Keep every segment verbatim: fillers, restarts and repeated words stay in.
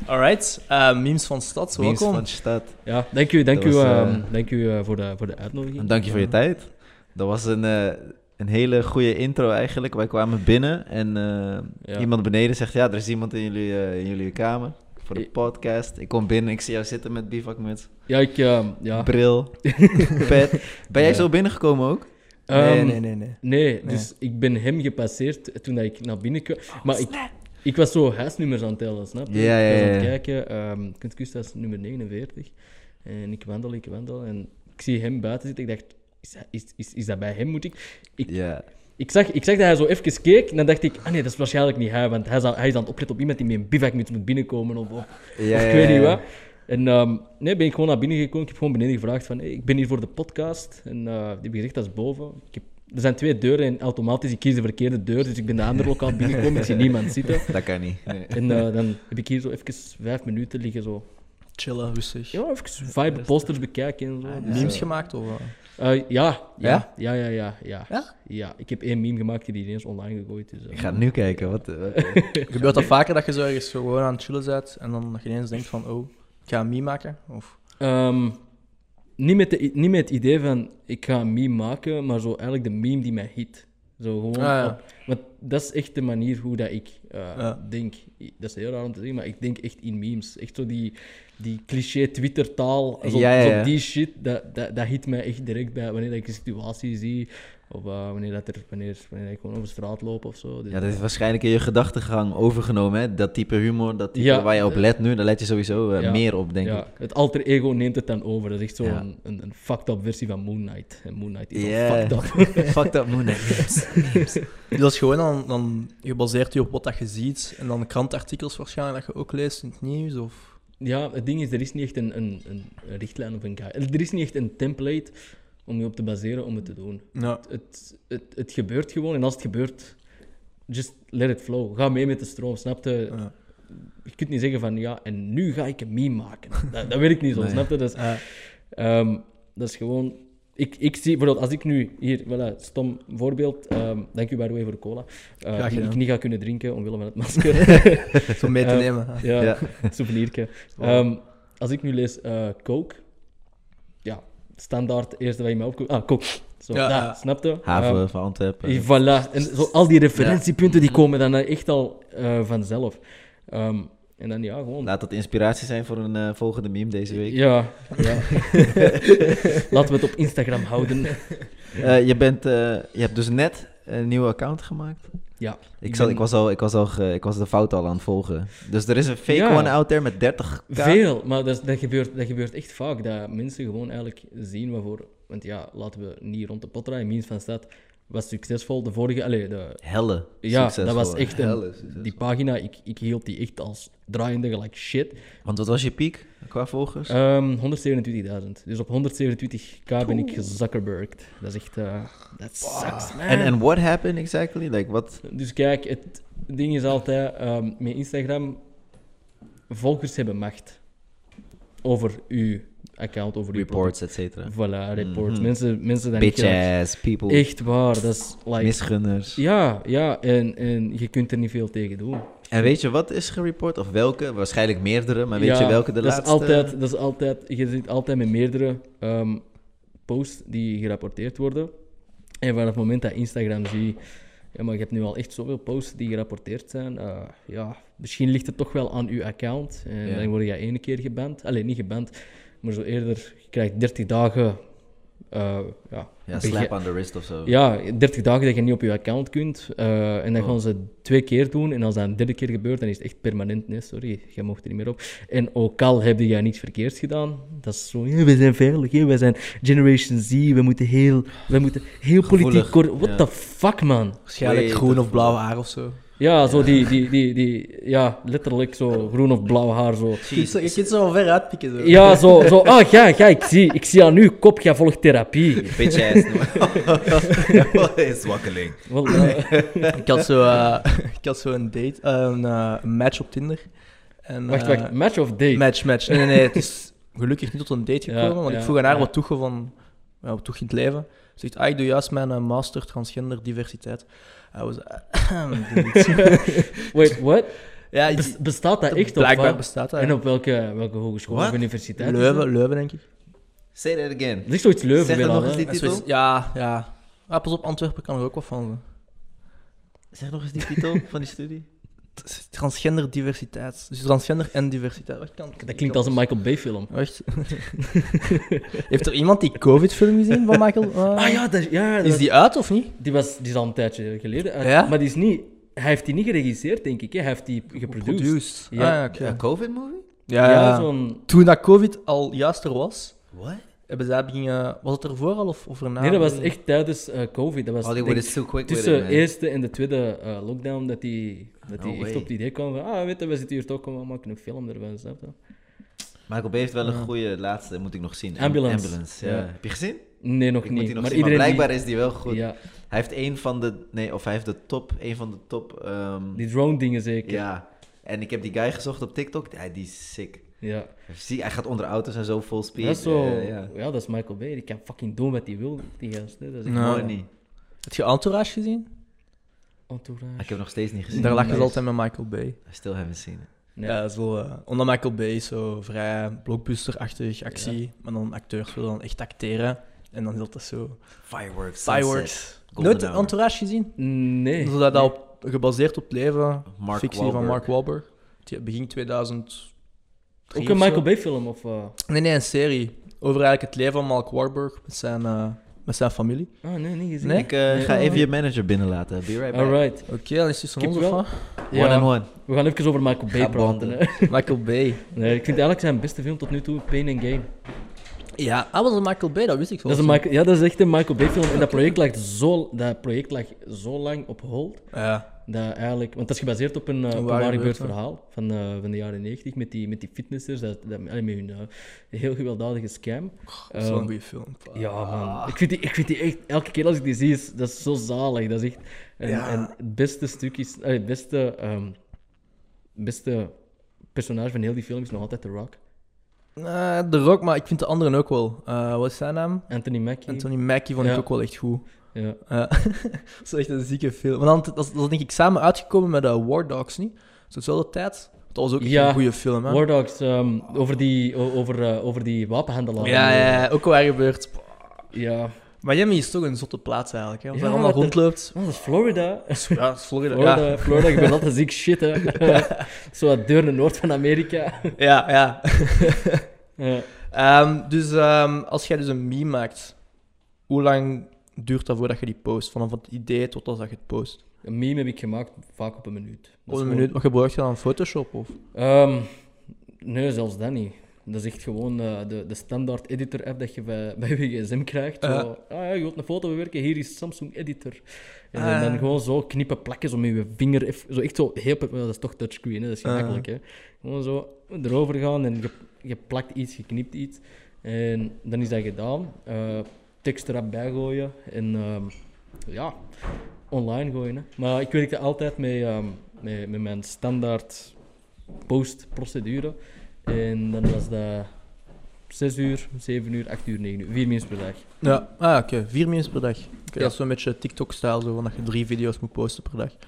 Alright, uh, memes van stad, Memes welkom. van stad. Ja, dank u, dank Dat u, was, uh, uh, dank u uh, voor, de, voor de uitnodiging. En dank je voor je tijd. Dat was een, uh, een hele goede intro eigenlijk. Wij kwamen binnen en uh, Ja. iemand beneden zegt... Ja, er is iemand in jullie, uh, in jullie kamer voor de podcast. Ik kom binnen, ik zie jou zitten met bivakmuts, Ja, ik... Uh, ja. bril, pet. Ben jij Ja. zo binnengekomen ook? Nee, Um, nee, nee, nee. Nee, dus ik ben hem gepasseerd toen dat ik naar binnen kwam. Oh, maar ik, ik was zo huisnummers aan het tellen, snap je? Ja, ja, Ik was aan ja. het kijken, um, Kunstkustas nummer negenenveertig. En ik wandel, ik wandel. En ik zie hem buiten zitten. Ik dacht, is, dat- is, is, is dat bij hem? Moet ik... Ik, Ja. ik, zag, ik zag dat hij zo even keek. En dan dacht ik, ah nee, dat is waarschijnlijk niet hij. Want hij is aan, hij is aan het opletten op iemand die met een bivakmuts moet binnenkomen. Of, of, Ja, of ja, ik weet ja, niet ja. wat. En um, nee, ben ik gewoon naar binnen gekomen. Ik heb gewoon beneden gevraagd van, hey, ik ben hier voor de podcast. En uh, die hebben gezegd, dat is boven. Ik heb, er zijn twee deuren en automatisch, ik kies de verkeerde deur. Dus ik ben de andere lokaal binnengekomen. Ik zie niemand zitten. Dat kan niet. Nee. En uh, dan heb ik hier zo even vijf minuten liggen. Zo. Chillen, rustig. Ja, even vibe posters bekijken en zo. Ah, Dus, Memes uh, gemaakt of... uh, Uh, ja, ja, Ja? ja, ja, ja, ja, Ja? ja. Ik heb één meme gemaakt die ineens online gegooid is. Ik ga nu kijken. Wat, wat- Gebeurt dat vaker dat je zo ergens zo gewoon aan het chillen bent en dan dat je ineens denkt van, oh, ik ga een meme maken? Of... Um, niet, met de, niet met het idee van ik ga een meme maken, maar zo eigenlijk de meme die mij hit. Zo gewoon Ah, ja. op- want dat is echt de manier hoe dat ik uh, Ja. denk. Dat is heel raar om te zeggen, maar ik denk echt in memes. Echt zo die, die cliché Twitter-taal, zo, Ja, ja, zo ja. die shit, dat, dat, dat hit mij echt direct bij wanneer ik een situatie zie. Of uh, wanneer, dat er, wanneer, wanneer ik gewoon over straat loop of zo. Dus, Ja, dat is waarschijnlijk in je gedachtegang overgenomen, hè? Dat type humor, dat type Ja. waar je op let nu, daar let je sowieso uh, Ja. meer op, denk ja, ik. het alter ego neemt het dan over. Dat is echt zo'n Ja. een, een fucked up versie van Moon Knight. En Moon Knight is al Ja. fucked up. Fucked up moon. Memes. Memes. Dus dat is gewoon dan, dan gebaseerd je op wat dat je ziet en dan krantartikels waarschijnlijk dat je ook leest in het nieuws of... Ja, het ding is, er is niet echt een, een, een een richtlijn of een guide. Er is niet echt een template om je op te baseren om het te doen. Ja. Het, het, het gebeurt gewoon en als het gebeurt, just let it flow. Ga mee met de stroom, snap je? Ja. Je kunt niet zeggen van, ja, en nu ga ik een meme maken. Dat, dat werkt niet zo, Nee. snap je? Dat is, Ja. ehm, dat is gewoon... Ik, ik zie, bijvoorbeeld, als ik nu hier, voilà, stom voorbeeld, ehm dank u by the way voor de cola, eh, Graag die ik gedaan. niet ga kunnen drinken omwille van het masker. Zo mee te Eh, nemen. Ja, Ja. souvenirke. Wow. Ehm, als ik nu lees eh, Coke, ja, standaard het eerste wat je mij opkomt. Ah, Coke. Zo, Ja, daar, ja. snap je? Haven Ehm, van Antwerpen. eh, voilà. En zo, al die referentiepunten die komen dan eh, echt al eh, vanzelf. Ehm, en dan ja, gewoon. Laat dat inspiratie zijn voor een uh, volgende meme deze week. Ja, ja. Laten we het op Instagram houden. Uh, je, bent, uh, je hebt dus net een nieuwe account gemaakt. Ja. Ik, Ik zat, ben- ik, was al, ik, was al ge- ik was de fout al aan het volgen. Dus er is een fake Ja. one out there met dertig k. Veel, maar dat, is- dat, gebeurt, dat gebeurt echt vaak. Dat mensen gewoon eigenlijk zien waarvoor. Want ja, laten we niet rond de pot draaien. Memes van Stad was succesvol. De vorige, allee, de, Helle ja, dat succesvol. was echt een. Helle succesvol. Die pagina, ik, ik hield die echt als draaiende gelijk shit. Want wat was je piek qua volgers? Um, honderdzevenentwintigduizend. Dus op honderdzevenentwintig k ben ik gezuckerbergd. Dat is echt. uh, that sucks, man. En and what happened exactly? Like, wat? Dus kijk, het ding is altijd, um, met Instagram, volgers hebben macht over uw account, over uw Reports, et cetera. product. Voilà, reports. Mhm. Mensen, mensen dat niet Bitch graag- ass people. Echt waar, dat is like... Misgunners. Ja, ja, en, en je kunt er niet veel tegen doen. En weet je wat is gereport? Of welke? Waarschijnlijk meerdere, maar weet Ja, je welke de dat laatste? Is altijd, dat is altijd, je zit altijd met meerdere um, posts die gerapporteerd worden. En vanaf het moment dat Instagram zie, ja, maar je hebt nu al echt zoveel posts die gerapporteerd zijn. Uh, ja, misschien ligt het toch wel aan uw account. En Ja. dan word je één keer geband. Alleen niet geband, maar zo eerder, je krijgt dertig dagen. Uh, ja, Ja, bege- slap on the wrist of zo. Ja, dertig dagen dat je niet op je account kunt. Uh, en dan Oh. gaan ze twee keer doen. En als dat een derde keer gebeurt, dan is het echt permanent. Nee, sorry, jij mocht er niet meer op. En ook al heb je niets verkeerds gedaan, dat is zo, ja, we zijn veilig, hè, wij zijn Generation Z, we moeten heel, we moeten heel Gevoelig, politiek correct. What ja. the fuck, man? Waarschijnlijk Way groen te of blauw haar of zo. Ja, zo die, die, die, die, ja, letterlijk zo groen of blauw haar, zo. Je kunt zo- je kunt zo wel ver uitpikken. Zo. Ja, zo, zo, ah, ja, ja, ik zie, ik zie aan uw kop, jij volgt therapie. Bitch ass. Is wakkeling. Wel, uh, Ik had zo, eh, ik had zo een date, eh, een, eh, een match op Tinder. En, wacht, eh, wacht, match of date? Match, match. Nee, nee, nee. Het is gelukkig niet tot een date Ja, gekomen, want ja, ik vroeg aan haar ja. wat doe je van, ja, wat doe je in het leven? Ze zegt, ah, ik doe juist mijn eh, master transgender diversiteit. Hij was, eh, doe niets. Wait, what? Ja, Bes- bestaat dat echt? blijkbaar of wat? bestaat dat. En ja. op welke, welke hogeschool Wat? of universiteit? is Leuven, dat? Leuven, denk ik. Say that again. Dat is zoiets Leuven Zeg weer dat al, nog eens hè? die Dat is titel. zoiets- Ja, ja. Ah, pas op, Antwerpen kan er ook wat van zijn. Zeg nog eens die titel van die studie. Het is transgender diversiteit. Dus transgender en diversiteit. Wacht, kan, Dat klinkt als een Michael Bay film. Wacht. Heeft er iemand die COVID-film gezien van Michael? Uh, Ah ja, dat, ja dat Is was- die uit of niet? die, was, die is al een tijdje geleden uit. Ja? Maar die is niet... Hij heeft die niet geregisseerd, denk ik. Hè? Hij heeft die geproduceerd. Produced. Ja. Ja, ah, oké. Ja, COVID-movie? Ja, Ja, ja. zo'n... Toen dat COVID al juist er was, What? hebben zij beginnen... Was het ervoor al of, of erna? Nee, dat was echt tijdens eh, COVID. Dat was Hollywood denk is too quick with tussen it, de man. eerste en de tweede eh, lockdown dat die, dat die No echt way. op het idee kwam van ah, weet je, we zitten hier toch, kom, we maken een film ervan, snap je? Michael Bay heeft wel een Ja. goede laatste, moet ik nog zien. Ambulance. Ambulance, ja. Ja. Heb je gezien? Nee, nog Ik moet niet. die nog maar zien, maar iedereen blijkbaar die, is die wel goed. Ja, Hij heeft een van de... Nee, of hij heeft de top... Een van de top... ehm, die drone dingen zeker. ja. En ik heb die guy gezocht op TikTok. Ja, die is sick. Ja. Zie, hij gaat onder auto's en zo, full speed. Dat is zo, eh, ja. ja. dat is Michael Bay. Die kan fucking doen wat hij wil, die gast. Hè. Dat is echt Ja. Mooi niet. Heb je Entourage gezien? entourage. Ik heb hem nog steeds niet gezien. Daar lachen ze nice. altijd met Michael Bay. I still haven't seen it. Nee. Ja, dat is wel... eh, omdat Michael Bay is zo vrij blockbuster-achtig actie, maar dan acteurs willen dan echt acteren. En dan is dat zo... Fireworks. Fireworks. Golden Nooit Hour. Entourage gezien? Nee. Zo dat, dat Nee. op, gebaseerd op het leven, Mark fictie van Wahlberg. Mark Wahlberg. Die begin tweeduizend drie Ook een of zo. Michael Bay film? Of, uh... Nee, nee, een serie. Over eigenlijk het leven van Mark Wahlberg met zijn, eh, met zijn familie. Ah, nee, niet gezien. Nee? Ik eh, ga Nee. even je manager binnenlaten. Be right back. Alright. Oké, dan is het tussen Ik ons heb of wel- wat? One Ja, and one. we gaan even over Michael Bay Ga praten. bonden. Hè. Michael Bay. Nee, ik vind eigenlijk zijn beste film tot nu toe Pain and Gain. Ja, ah, was het Michael Bay? Dat wist ik zo. Dat is een Michael, ja, dat is echt een Michael Bay film. En dat project lag zo, dat project lag zo lang op hold. Ja. Dat eigenlijk, want dat is gebaseerd op een, uh, op een waar waar gebeurd, gebeurd hè? verhaal van, uh, van de jaren negentig met die, met die fitnessers. Dat, dat, allee, met hun uh, heel gewelddadige scam. Dat is wel een Ehm, goede film. Ja, man. Ik vind, die, ik vind die echt, elke keer als ik die zie, is, dat is zo zalig. Dat is echt... En, Ja. en het beste stuk is... allee, Het beste, ehm, beste personage van heel die film is nog altijd The Rock. Eh, de Rock, maar ik vind de anderen ook wel. Eh, wat is zijn naam? Anthony Mackie. Anthony Mackie vond ik Ja. ook wel echt goed. Ja. Ja. Dat is echt een zieke film. Want dan, dat, is, dat is denk ik samen uitgekomen met uh, War Dogs, niet? Zo dezelfde tijd. Dat was ook echt Ja. een goede film, hè? War Dogs, ehm, over, die, o- over, eh, over die wapenhandelaar. Ja, ja, ja, ook waar gebeurt. Ja. Miami is toch een zotte plaats eigenlijk, hè? Als je Ja, daar allemaal dat- rondloopt. Oh, dat is Florida. Ja, dat is Florida. Florida, Ja, Florida gebeurt altijd ziek shit, hè. Zo het deur naar noord van Amerika. ja. ja. Ja. Ehm, dus ehm, als jij dus een meme maakt, hoe lang duurt dat voordat je die post? Vanaf het idee tot als dat je het post? Een meme heb ik gemaakt vaak op een minuut. Dat is Op een gewoon- minuut. Wat gebruik je dan? Photoshop? Of? Ehm, nee, zelfs dat niet. Dat is echt gewoon eh, de, de standaard editor-app dat je bij, bij je gsm krijgt. Zo, Ja. ah ja, je wilt een foto bewerken, hier is Samsung Editor. En Ah. dan gewoon zo knippen plakken zo met je vinger. eff- Zo echt zo heel... well, dat is toch touchscreen, hè? Dat is Ah. gemakkelijk. Hè? Gewoon zo erover gaan en je, je plakt iets, je knipt iets. En dan is dat gedaan. Eh, tekst erop bijgooien en ehm, ja, online gooien. Hè? Maar ik werkte altijd met, ehm, met, met mijn standaard postprocedure. En dan was dat zes uur, zeven uur, acht uur, negen uur. Vier minuten per dag. Ja, ah, oké. Vier minuten per dag. Oké, Ja. Dat is zo'n beetje TikTok-stijl, zo van dat je drie video's moet posten per dag.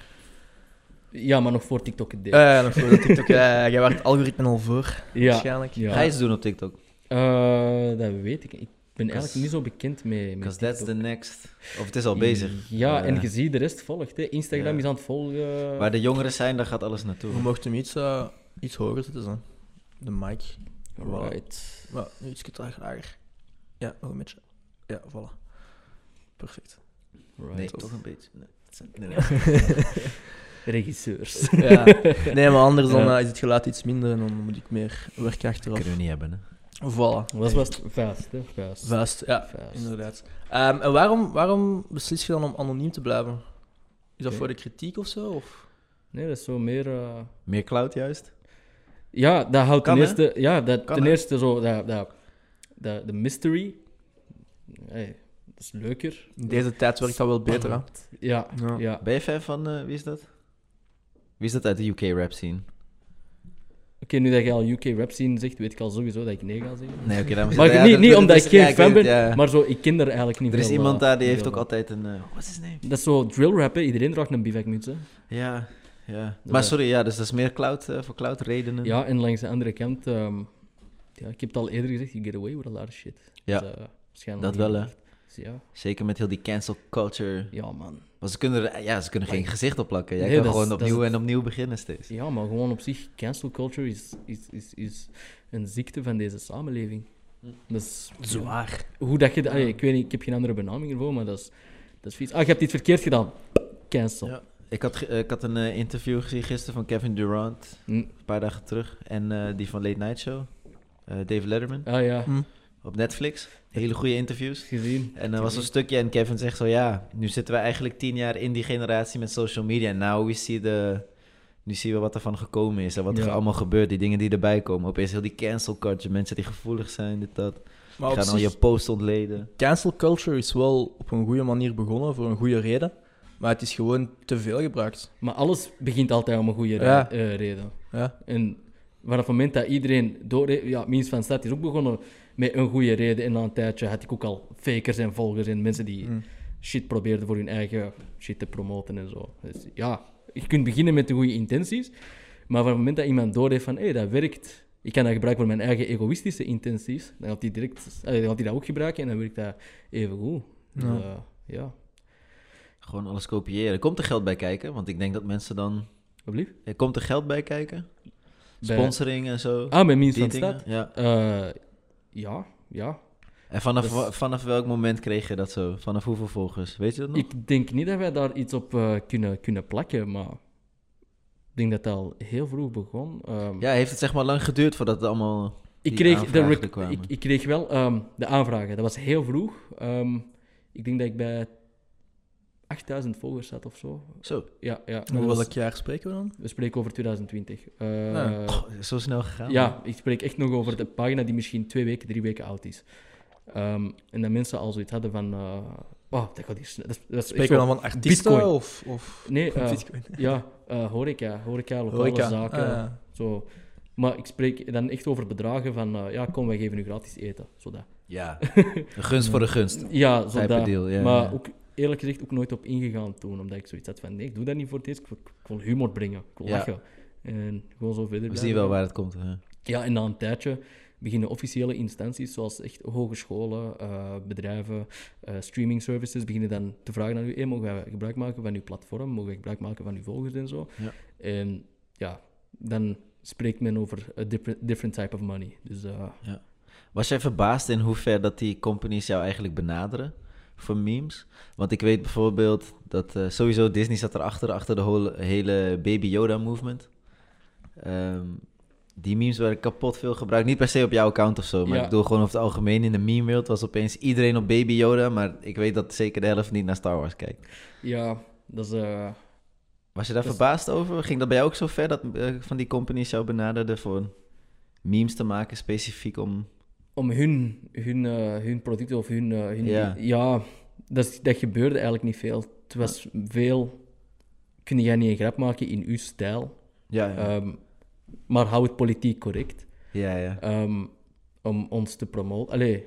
Ja, maar nog voor TikTok het deed. Ja, ja, nog voor de TikTok. Ja, jij werd het algoritme al voor, ja. waarschijnlijk. Ja. Ga je iets doen op TikTok? Eh, dat weet ik. Ik ben eigenlijk Because- niet zo bekend met, met Because that's TikTok. the next. Of het is al bezig. Ja, Eh, en je ziet de rest volgt. Hè. Instagram ja. is aan het volgen. Waar de jongeren zijn, daar gaat alles naartoe. We mochten hem iets, eh, iets hoger zetten, zo. De mic. Right. Maar nu iets lager. Ja, nog een beetje. Ja, voilà. Perfect. right. Nee, toch een beetje. Nee, het is- nee, nee. Regisseurs. Ja. Nee, maar anders dan Ja. eh, is het geluid iets minder en dan moet ik meer werk Dat achteraf. kunnen we niet hebben, hè. Voilà. Dat was vast, hè? Vast. Vuist, ja, Vast. inderdaad. Ehm, en waarom, waarom beslis je dan om anoniem te blijven? Is dat Oké. voor de kritiek of zo? Of? Nee, dat is zo meer... eh, Meer cloud juist? Ja, dat houdt Kan, ten hè? eerste... Ja, dat, Kan, ten hè? eerste zo... Dat, dat, dat, de mystery... Hey, dat is leuker. In deze tijd werkt dat wel beter, hè? Ja, Ja. ja. Ben je fan van, eh, wie is dat? Wie is dat uit de U K rap scene? Oké, nu dat je al U K rap scene zegt, weet ik al sowieso dat ik nee ga zeggen. Nee, oké, dan Maar ja, niet, dat- niet dat- omdat dat ik is- geen ja, fan weet ben, het, ja. maar zo, ik ken er eigenlijk niet Er is veel, iemand eh, daar die heeft veel ook van. altijd een... eh, What's his name? Dat is zo drill rap, hè. Iedereen draagt een bivakmuts, hè. Ja, Ja. Dat Maar is- sorry, ja, dus dat is meer cloud, uh, voor cloud redenen. Ja, en langs de andere kant, ehm, ja, ik heb het al eerder gezegd, you get away with a lot of shit. Ja, Dus, uh, waarschijnlijk dat wel, niet hè. echt. Dus ja, Zeker met heel die cancel culture. ja, man. Want ze kunnen, er, ja, ze kunnen geen gezicht op plakken. Jij Nee, kan dat is- gewoon dat is opnieuw het. en opnieuw beginnen steeds. Ja, maar gewoon op zich, cancel culture is, is, is, is een ziekte van deze samenleving. Dus, Zwaar. hoe dat je... dat- allee, ik weet niet, ik heb geen andere benaming ervoor, maar dat is, dat is vies. Ah, je hebt iets verkeerd gedaan. Cancel. Ja. Ik had, ge- eh, ik had een eh, interview gezien gisteren van Kevin Durant, Hm. een paar dagen terug. En eh, die van Late Night Show, eh Dave Letterman, Ah ja, Hm. op Netflix. Hele goede interviews. gezien. En er was een stukje en Kevin zegt zo, ja, nu zitten we eigenlijk tien jaar in die generatie met social media. En now we see the... Nu zien we wat er van gekomen is en wat er Ja. allemaal gebeurt, die dingen die erbij komen. Opeens heel die cancel culture, mensen die gevoelig zijn, dit, dat. Maar Die op gaan al zich, je post ontleden. cancel culture is wel op een goede manier begonnen, voor een goede reden. Maar het is gewoon te veel gebruikt. Maar alles begint altijd om een goede re- Ja. eh, reden. Ja. En vanaf het moment dat iedereen door... Ja, Memes van Stad is ook begonnen met een goede reden. En na een tijdje had ik ook al fakers en volgers en mensen die Hm. shit probeerden voor hun eigen shit te promoten en zo. Dus ja, je kunt beginnen met de goede intenties. Maar van het moment dat iemand doorheeft van, hé, hey, dat werkt... Ik kan dat gebruiken voor mijn eigen egoïstische intenties. Dan gaat hij direct... eh, Dan gaat hij dat ook gebruiken en dan werkt dat even goed. Dus, Ja. eh, ja. Gewoon alles kopiëren. Komt er geld bij kijken? Want ik denk dat mensen dan... Alsjeblieft. Er komt er geld bij kijken? Bij- Sponsoring en zo? Ah, met Memes die van dingen? Stad? Ja. Eh, ja, ja. En vanaf, Dus- wa- vanaf welk moment kreeg je dat zo? Vanaf hoeveel volgers? Weet je dat nog? Ik denk niet dat wij daar iets op eh, kunnen, kunnen plakken, maar ik denk dat dat al heel vroeg begon. Ehm, Ja, heeft het zeg maar lang geduurd voordat het allemaal... ik, die kreeg de aanvragen rec- er kwamen? ik, ik kreeg wel ehm, de aanvragen. Dat was heel vroeg. Ehm, ik denk dat ik bij achtduizend volgers zat of zo. Zo, Ja, ja. Over Dat was- welk jaar spreken we dan? we spreken over twintig twintig. Eh, Ja. Goh, zo snel gegaan. ja, ik spreek echt nog over de pagina die misschien twee weken, drie weken oud is. Ehm, en dat mensen al zoiets hadden van... eh, oh, dat gaat hier snel. Dat, is- dat is echt Spreken we zo- dan van artiesten Bitcoin. of... of... Nee, eh, Bitcoin. ja, eh, horeca. Horeca, lokale Horeca. zaken. Ah, ja. Zo. Maar ik spreek dan echt over bedragen van... eh, ja, kom, wij geven u gratis eten. Zodat. Ja, een gunst voor de gunst. Ja, Type zodat. deal, ja, maar ja. ook eerlijk gezegd ook nooit op ingegaan toen. Omdat ik zoiets had van... Nee, ik doe dat niet voor het eerst. Ik wil, ik wil humor brengen. Ik wil Ja. lachen. En gewoon zo verder We blijven zien wel gaan. waar het komt. Hè. Ja, en na een tijdje beginnen officiële instanties, zoals echt hogescholen, eh, bedrijven, eh, streaming services, beginnen dan te vragen aan u, hey, mogen wij gebruik maken van uw platform, mogen wij gebruik maken van uw volgers en zo. Ja. En ja, dan spreekt men over a different, different type of money. Dus eh, Was jij verbaasd in hoever dat die companies jou eigenlijk benaderen voor memes? Want ik weet bijvoorbeeld dat eh, sowieso Disney zat erachter, achter de hele, hele Baby Yoda movement. Ehm, die memes werden kapot veel gebruikt. Niet per se op jouw account of zo, maar Ja. ik bedoel gewoon over het algemeen in de meme-wereld was opeens iedereen op Baby Yoda, maar ik weet dat zeker de helft niet naar Star Wars kijkt. ja, dat is... eh, Was je daar Dus- verbaasd over? Ging dat bij jou ook zo ver dat eh, van die companies jou benaderden voor memes te maken, specifiek om... om hun, hun, eh, hun producten of hun... eh, hun Ja. ja, dat, is- dat gebeurde eigenlijk niet veel. Het was veel... Kun jij niet een grap maken in uw stijl? Ja, ja. Ehm, maar hou het politiek correct. ja, ja. ehm, om ons te promoten. Allee.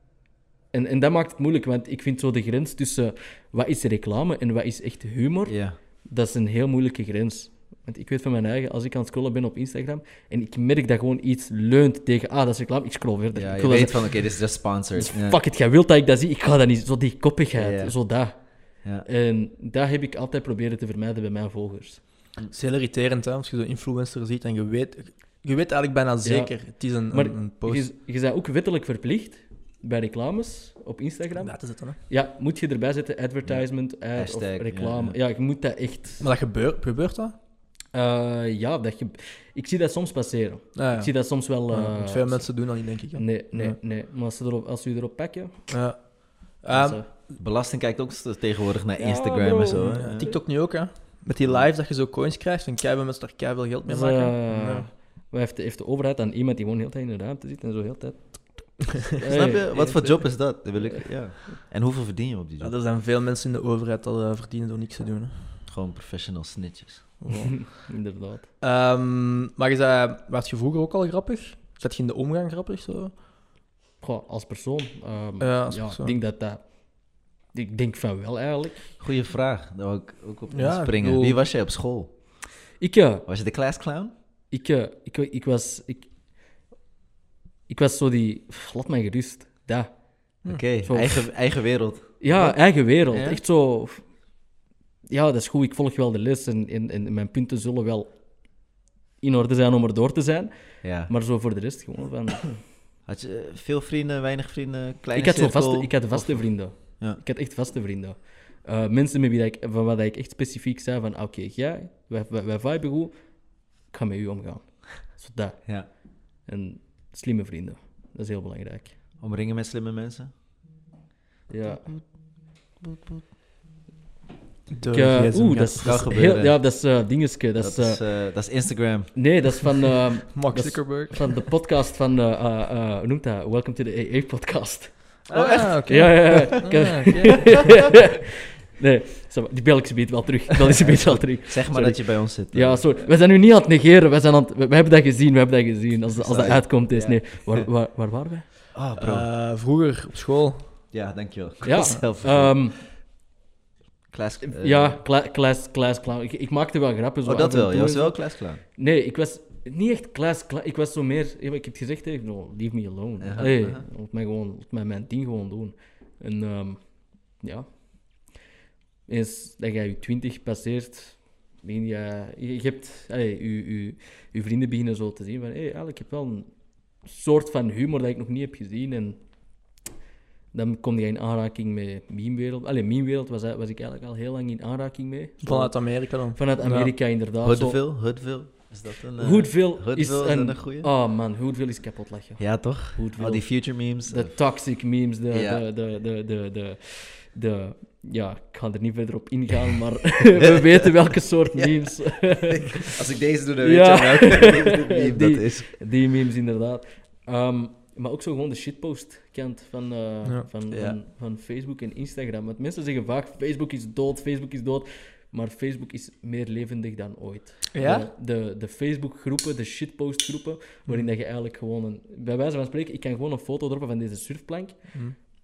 En, en dat maakt het moeilijk, want ik vind zo de grens tussen wat is reclame en wat is echt humor, ja. dat is een heel moeilijke grens. Want ik weet van mijn eigen, als ik aan het scrollen ben op Instagram en ik merk dat gewoon iets leunt tegen, ah, dat is reclame, ik scroll verder. Ja, ik je wil weet dat- van, oké, dit is just sponsored. dus Ja. fuck it, jij wilt dat ik dat zie, ik ga dat niet, zo die koppigheid, Ja, ja. zo dat. Ja. En dat heb ik altijd proberen te vermijden bij mijn volgers. Het is heel irriterend, hè, als je zo'n influencer ziet en je weet, je weet eigenlijk bijna zeker, het is een, Maar een, een post. Je, je bent ook wettelijk verplicht bij reclames op Instagram. Ja, te zetten, hè. Ja, moet je erbij zetten, advertisement, ad Hashtag, of reclame. ja, Ja, je moet dat echt... Maar dat gebeurt, gebeurt dat? Eh, ja, dat je... ik zie dat soms passeren. Ja, ja. Ik zie dat soms wel... Ja, eh, want veel mensen doen dat niet, denk ik. Hè. Nee, nee, Ja. nee. Maar als ze, erop, als ze je erop pakken... Ja. dan Ehm, ze- Belasting kijkt ook st- tegenwoordig naar Ja, Instagram bro. en zo. Hè? ja, Ja. TikTok nu ook, hè. Met die lives dat je zo coins krijgt, van keiveel mensen daar keiveel geld mee dat is, maken. eh, Ja. Wat heeft, heeft de overheid aan iemand die gewoon heel de tijd in de ruimte zit en zo heel de tijd... Snap je? Wat voor job is dat? Dat wil ik, ja. En hoeveel verdien je op die Ja, job? er zijn veel mensen in de overheid dat eh, verdienen door niks te doen. Hè. Gewoon professional snitches. Wow. Inderdaad. Ehm, maar je zei, was je vroeger ook al grappig? Zat je in de omgang grappig? Zo? Goh, als persoon... ehm, Ja, als ja, persoon. ik denk dat dat... Ik denk van wel, eigenlijk. Goeie vraag. Daar wil ik ook op Ja, ik springen. bedoel- Wie was jij op school? Ik, uh, Was je de class clown? ik, uh, ik, ik was... Ik, ik was zo die... Laat mij gerust. Dat. Oké, okay. Zo. eigen, eigen wereld. Ja, Wat? eigen wereld. Ja? Echt zo... Ja, dat is goed. Ik volg wel de les en, en, en mijn punten zullen wel in orde zijn om er door te zijn. Ja. Maar zo voor de rest gewoon van... Had je veel vrienden, weinig vrienden, kleine Ik had, zo cirkel? vaste, ik had vaste Of- vrienden. Ja. Ik had echt vaste vrienden. Uh, mensen met wie dat ik, van wat ik echt specifiek zei van... Oké, okay, jij, wij, wij, wij viben goed. Ik ga met u omgaan. Zo dat. Ja. En slimme vrienden. Dat is heel belangrijk. Omringen met slimme mensen? Ja. De Ik, uh, gsm Oeh, gaat- dat is, kan dat is gebeuren. heel... Ja, dat is uh, dingetje. Dat Dat, is... is, uh, eh, dat is Instagram. nee, dat is van... uh, Mark dat is- Zuckerberg. van de podcast van... Uh, uh, uh, hoe noemt dat? Welcome to the A A-podcast. Oh, echt? Oké. Ja, ja, ja. Ik heb- Ah, oké. Nee, zo, die bel ik ze beet wel terug. Bel ik ze beet wel terug. Zeg maar Sorry. dat je bij ons zit. Ja, sorry. We zijn nu niet aan het negeren. We, zijn aan het, we, we hebben dat gezien. We hebben dat gezien. Als, als dat Sorry. uitkomt, is Ja. nee. Waar, waar, waar waren we? Oh, bro. Eh, vroeger op school. ja, dankjewel. Ja, Zelf- ehm, class, eh, ja, kla- class, class clown. Ik, ik maakte wel grappen. Zo Oh, dat af en wel. toe Je was en zo. wel class clown. Nee, ik was niet echt class clown. Ik was zo meer... ja, maar ik heb het gezegd, hè, no, leave me alone. Ja, Allee, aha. laat mij gewoon laat mij mijn ding gewoon doen. En ehm, ja... Eens dat jij je twintig passeert, begin je, je, je hebt, allee, je, je, je vrienden beginnen zo te zien van, hé, hey, eigenlijk heb ik wel een soort van humor dat ik nog niet heb gezien. En dan kom je in aanraking met memewereld. Allee, memewereld was, was ik eigenlijk al heel lang in aanraking mee. Zo, Vanuit Amerika dan. vanuit Amerika, inderdaad. Zo. Hoodville? Hoodville? Is dat een... eh, Hoodville Hoodville, is is dat een... een goeie? Oh man, Hoodville is kapot lachen. Ja, toch? Hoodville. Al die future memes. De toxic memes, de, Ja. de, de, de, de, de, de... Ja, ik ga er niet verder op ingaan, maar we weten welke soort Ja. memes. Als ik deze doe, dan Ja. weet je welke meme Die- dat is. Die memes, inderdaad. Ehm, maar ook zo gewoon de shitpost-kant van, eh, Ja. van, Ja. van, van Facebook en Instagram. Want mensen zeggen vaak, Facebook is dood, Facebook is dood. Maar Facebook is meer levendig dan ooit. Ja? De, de, de Facebook-groepen, de shitpost-groepen, waarin dat je eigenlijk gewoon een... Bij wijze van spreken, ik kan gewoon een foto droppen van deze surfplank, Hm.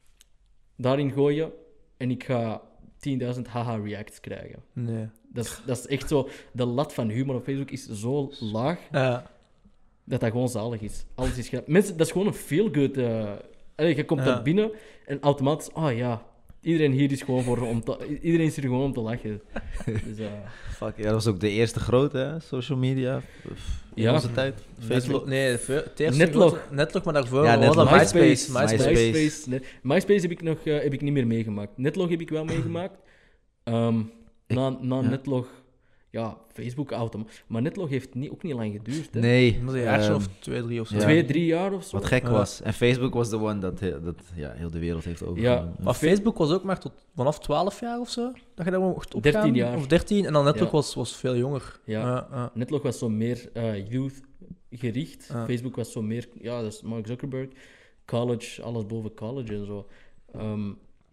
daarin gooien, en ik ga tienduizend haha-reacts krijgen. Nee. Dat is, dat is echt zo... De lat van humor op Facebook is zo laag, Ja. dat dat gewoon zalig is. Alles is grappig. Mensen, dat is gewoon een feel-good... eh, allee, je komt Ja. daar binnen en automatisch... Oh ja, iedereen hier is gewoon voor om te... Iedereen is hier gewoon om te lachen. Dus, eh, Fuck, ja, dat was ook de eerste grote, hè? Social media. In Ja. onze tijd. Facebook. Facebook. Nee, de ver- het eerste Netlog. grote- Netlog, maar daarvoor Ja, was dat Netlog. MySpace. MySpace. MySpace. MySpace. nee. MySpace heb ik, nog, eh, heb ik niet meer meegemaakt. Netlog heb ik wel meegemaakt. Ehm, na na ja. Netlog... Ja, Facebook auto. Maar Netlog heeft niet, ook niet lang geduurd. Hè? Nee. Dat was een jaartje ehm, of twee, drie of zo. ja. Twee, drie jaar of zo. Wat gek Ja. was. En Facebook was de one dat, he- dat ja, heel de wereld heeft overgenomen. Maar Facebook was ook maar tot vanaf twaalf jaar of zo, dat je daar mocht opgaan. dertien jaar. Of dertien, en dan Netlog Ja. was, was veel jonger. Ja. Ja, ja. Netlog was zo meer eh, youth gericht. Ja. Facebook was zo meer... Ja, dat is Mark Zuckerberg. College, alles boven college en zo. Ehm,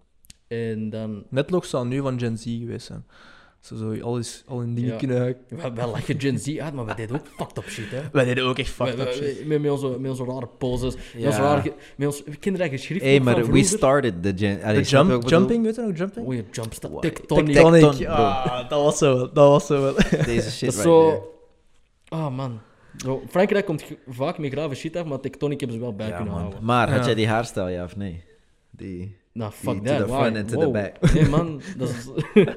en dan... Netlog zou nu van Gen Z geweest zijn. Zo, zo al, is, al in die Ja. kunnen... We, we lachen Gen Z uit, maar we deden ook fucked up shit, hè. Wij deden ook echt fucked We- up we- shit. Met, met, onze, met onze rare poses, met, Ja. onze rare, ge- met ons kinderlijke schrift. Hey, nog maar van we vroeger. started the gen... Allee, De snap je jump, wat ik bedoel? jumping, weet je nog? Jumping? Oh, je jumpstart. Wow. Tectonic. Tectonic. Tectonic. bro. Ah, dat was zo. Dat was zo. Deze shit Dat is right zo... there. Oh, man. Zo, Frankrijk komt g- vaak met grave shit af, maar Tectonic hebben ze wel bij Ja, kunnen man. houden. Maar had Ja. jij die haarstijl, ja of nee? Die... Nou, Die fuck to that. the why? front and to the Wow. back. Nee, man. Dat is...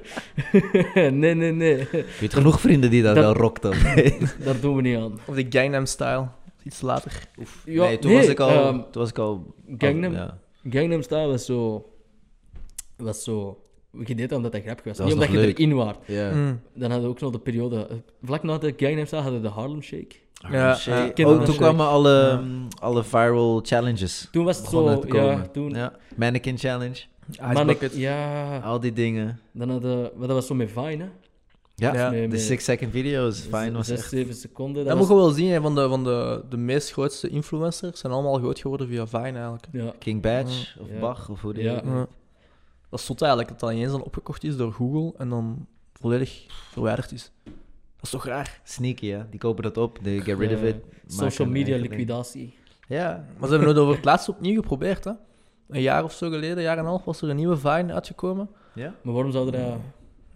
nee, nee, nee. Je hebt genoeg vrienden die dat, Dat- wel rockten. Daar doen we niet aan. Of de Gangnam Style. Iets later. Ja, nee, toen nee, was ik al... ehm, toen was ik al... Gangnam, Ja. Gangnam Style was zo... Was zo... Je deed dat omdat dat grappig was. Dat niet was omdat je nog leuk. erin waart. Ja. Mm. Dan hadden we ook nog de periode... eh, Vlak na de Gangnam Style hadden we de Harlem Shake. Ja, Shit. ja. Oh, Ken je toen dat? kwamen alle, Ja. mm, alle viral challenges. Toen was het begonnen zo... te komen. Ja, toen... Ja. Mannequin challenge. Ice Man, ik- Bucket. ja, Al die dingen. dan hadden... Maar dat was zo met Vine, hè. Ja, Ja. Met- de met six second video's. Fine was Zes, echt... zeven seconden. Dat Dat was, moet je wel zien, hè, van, de, van de, de meest grootste influencers zijn allemaal groot geworden via Vine eigenlijk. ja. King Badge of Ja. Bach of hoe die... Ja. Ja. Dat is zot eigenlijk, dat dat ineens dan opgekocht is door Google en dan volledig verwijderd is. Dat is toch raar? Sneaky, ja. Die kopen dat op. They get rid of Eh, it. Social maken een media eigen ding. liquidatie. Ja. Maar ze hebben het over het laatst opnieuw geprobeerd, hè. Een jaar of zo geleden, een jaar en een half, was er een nieuwe Vine uitgekomen. Ja? Maar waarom zouden dat...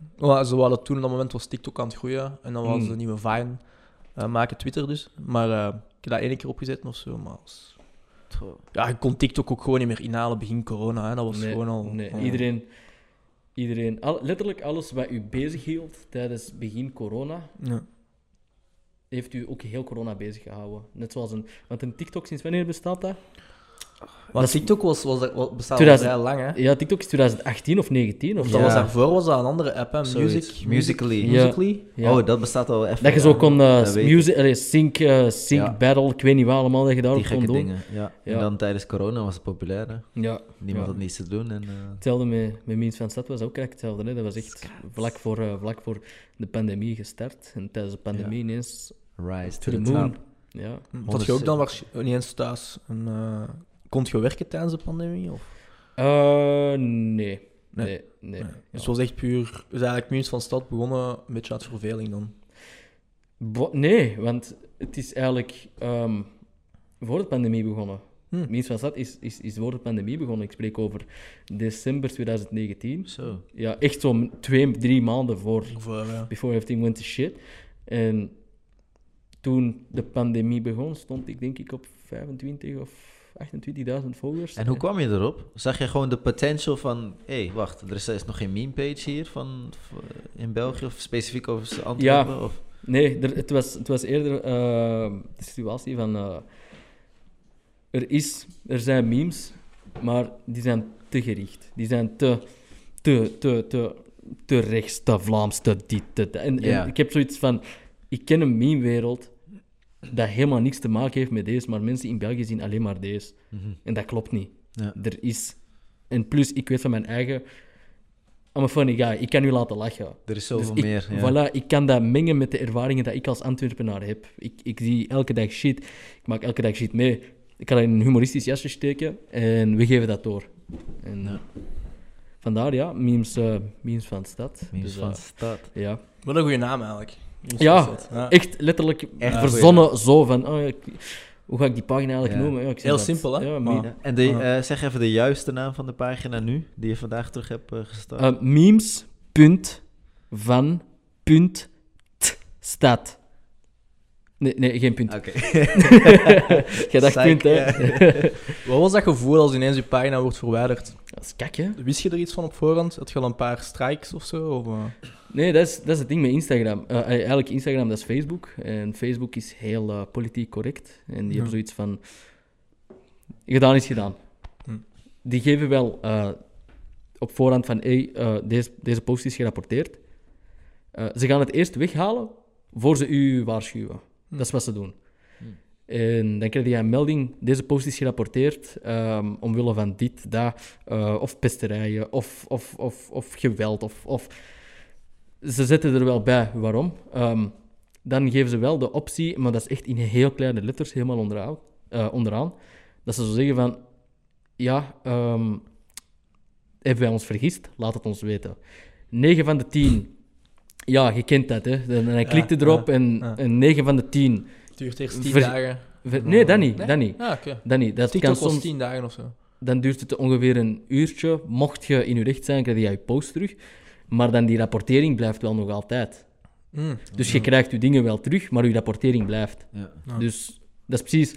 Well, ze hadden toen op dat moment was TikTok aan het groeien en dan was Mm. ze een nieuwe Vine uh, maken, Twitter dus. Maar uh, ik heb dat één keer opgezet of zo, maar als... Ja, je kon TikTok ook gewoon niet meer inhalen begin corona, hè. Dat was Nee, gewoon al... nee. al- Iedereen, iedereen al, letterlijk alles wat u bezig hield tijdens begin corona, Ja. heeft u ook heel corona bezig gehouden. Net zoals een... Want een TikTok, sinds wanneer bestaat dat? Want Dat is- TikTok was, was, was, bestaat al tweeduizend vrij lang, hè. Ja, TikTok is twintig achttien of negentien of Of zo. dat was Ja. daarvoor was dat een andere app, hè. Zoiets. Music, Musical.ly. Ja. Musical.ly. Ja. Oh, dat bestaat al even. Dat je zo kon uh, dat weet ik. music, allee, sync, uh, sync Ja. battle, ik weet niet wat allemaal dat je daarop Die kon gekke doen. dingen. Ja. Ja. En dan tijdens corona was het populair. Hè? Ja. Niemand Ja. had niets te doen. En, uh, Hetzelfde met, met Memes van Stad was ook echt hetzelfde. Hè. Dat was echt vlak voor, uh, vlak voor de pandemie gestart. En tijdens de pandemie Ja. ineens rise to to the the moon. top. Ja. Had je ook dan waarsch- niet eens thuis een... Uh, kon je werken tijdens de pandemie? Of? Uh, nee. Nee, nee. Nee. Ja. Dus het was echt puur... Dus eigenlijk Memes van Stad begonnen een beetje uit verveling dan. Bo- nee, want het is eigenlijk ehm, voor de pandemie begonnen. Hm. Memes van Stad is, is, is voor de pandemie begonnen. Ik spreek over december twintig negentien. Zo. Ja, echt zo'n twee, drie maanden voor... Of, uh, ja. Before everything went to shit. En toen de pandemie begon, stond ik denk ik op vijfentwintig of achtentwintigduizend volgers. En hoe kwam je erop? Zag je gewoon de potential van... Hé, hey, wacht, er is, er is nog geen meme-page hier van, van- in België? Of specifiek over Antwerpen? Ja. Of? Nee, er, het, was, het was eerder eh, de situatie van... eh, er, is, er zijn memes, maar die zijn te gericht. Die zijn te, te, te, te, te rechts, te Vlaams, te dit, te dat. En, Ja. en ik heb zoiets van... Ik ken een meme-wereld dat helemaal niks te maken heeft met deze, maar mensen in België zien alleen maar deze. Mhm. En dat klopt niet. Ja. Er is... En plus, ik weet van mijn eigen... I'm a funny guy. Ik kan u laten lachen. Er is zoveel Dus ik, meer. Ja. Voilà, ik kan dat mengen met de ervaringen die ik als Antwerpenaar heb. Ik, ik zie elke dag shit. Ik maak elke dag shit mee. Ik kan dat in een humoristisch jasje steken en we geven dat door. En Ja. vandaar, ja, memes, eh, memes van de stad. Memes Dus, van eh, stad. ja. Wat een goede naam eigenlijk. Memes Ja, van Stad. Ja. Echt letterlijk Echt verzonnen zo van... Oh, ja, ik- hoe ga ik die pagina eigenlijk Ja. noemen? Ja, ik zeg Heel dat. simpel, hè? Ja, Maar- me- Ja. En de, Ah. eh, zeg even de juiste naam van de pagina nu, die je vandaag terug hebt eh, gestart. Eh, memes, punt, van, punt, t, stad. Nee, nee, geen punt. Oké. Jij dacht Psych, punt, hè? eh, Wat was dat gevoel als ineens je pagina wordt verwijderd? Dat is kak, hè? Wist je er iets van op voorhand? Had je al een paar strikes of zo? Of, uh... Nee, dat is, dat is het ding met Instagram. Eh, eigenlijk, Instagram, dat is Facebook. En Facebook is heel eh, politiek correct. En die Ja. hebben zoiets van... Gedaan is gedaan. Hm. Die geven wel eh, op voorhand van... Hey, eh, deze, deze post is gerapporteerd. Eh, ze gaan het eerst weghalen voor ze u waarschuwen. Hm. Dat is wat ze doen. Hm. En dan krijg je een melding, deze post is gerapporteerd ehm, omwille van dit, dat, eh, of pesterijen, of, of, of, of geweld, of, of... Ze zetten er wel bij waarom. Ehm, dan geven ze wel de optie, maar dat is echt in heel kleine letters, helemaal onderaan, eh, onderaan dat ze zo zeggen van, ja, ehm, hebben wij ons vergist? Laat het ons weten. negen van de tien, ja, je kent dat, hè. En hij Ja, klikte erop ja, en, ja. en negen van de tien... Het duurt eerst tien Ver- dagen. ver- nee, dat niet, Nee? dat niet. Ah, oké. Dat niet. Dat TikTok kan was soms, tien dagen of zo. dan duurt het ongeveer een uurtje. Mocht je in je recht zijn, krijg je je post terug. Maar dan die rapportering blijft wel nog altijd. Mm. Dus je krijgt je dingen wel terug, maar je rapportering blijft. Ja. Ja. Dus dat is precies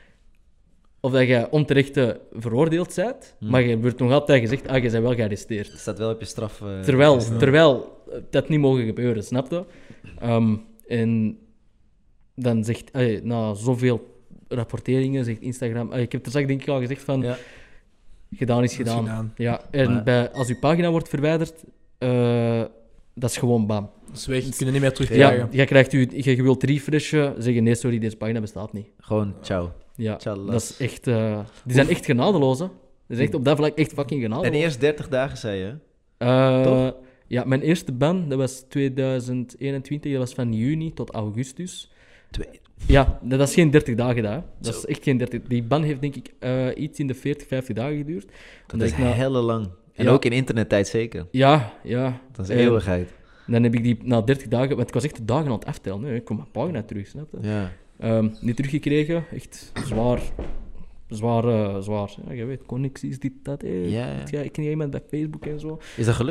of dat je onterecht eh, veroordeeld bent, Hmm. maar je wordt nog altijd gezegd, ah, je bent wel gearresteerd. Het staat wel op je straf. eh, Terwijl, register. terwijl eh, dat niet mogen gebeuren, snap je? Ehm, en dan zegt, allee, na zoveel rapporteringen, zegt Instagram... allee, ik heb er straks denk ik al gezegd van, Ja. gedaan is Dat is gedaan. gedaan. Ja, en Maar- bij, als uw pagina wordt verwijderd, eh, dat is gewoon bam. Dus weg, je kunt het niet meer terugkrijgen. Ja, je, krijgt u, je, je wilt refreshen, zeggen nee, sorry, deze pagina bestaat niet. Gewoon ciao. Ja, Tjallas. dat is echt... eh, die zijn echt genadeloos, hè. Dat is echt op dat vlak echt fucking genadeloos. En eerst dertig dagen, zei je? Eh, Toch? Ja, mijn eerste ban, dat was twintig eenentwintig, dat was van juni tot augustus. Twee. Ja, dat is geen dertig dagen, dat, hè. Dat Zo. is echt geen dertig. Die ban heeft denk ik eh, iets in de veertig, vijftig dagen geduurd. Dat Omdat is ik na- helle lang. En Ja. ook in internettijd zeker. Ja, ja. Dat is En eeuwigheid. Dan heb ik die na dertig dagen, want ik was echt de dagen aan het aftellen. Hè. Ik kom mijn pagina terug, snap je? Ja. Ehm, niet teruggekregen, echt zwaar. Zwaar, eh, zwaar. Ja, je weet, connecties, dit, dat. Hey. Ja, ja. Ja, ik ken iemand bij Facebook en zo. Is dat gelukt?